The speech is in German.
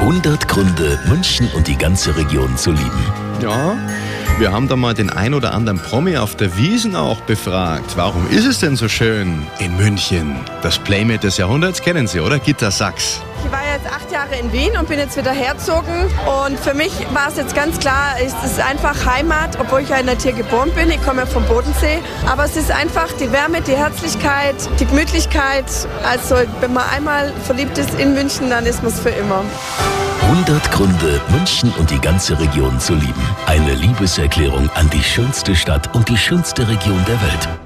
100 Gründe, München und die ganze Region zu lieben. Ja, wir haben da mal den ein oder anderen Promi auf der Wiesn auch befragt. Warum ist es denn so schön in München? Das Playmate des Jahrhunderts kennen Sie, oder? Gitta Sachs. Ich war jetzt 8 Jahre in Wien und bin jetzt wieder hergezogen. Und für mich war es jetzt ganz klar, es ist einfach Heimat, obwohl ich ja in der Tier geboren bin. Ich komme ja vom Bodensee. Aber es ist einfach die Wärme, die Herzlichkeit, die Gemütlichkeit. Also wenn man einmal verliebt ist in München, dann ist man es für immer. 100 Gründe, München und die ganze Region zu lieben. Eine Liebeserklärung an die schönste Stadt und die schönste Region der Welt.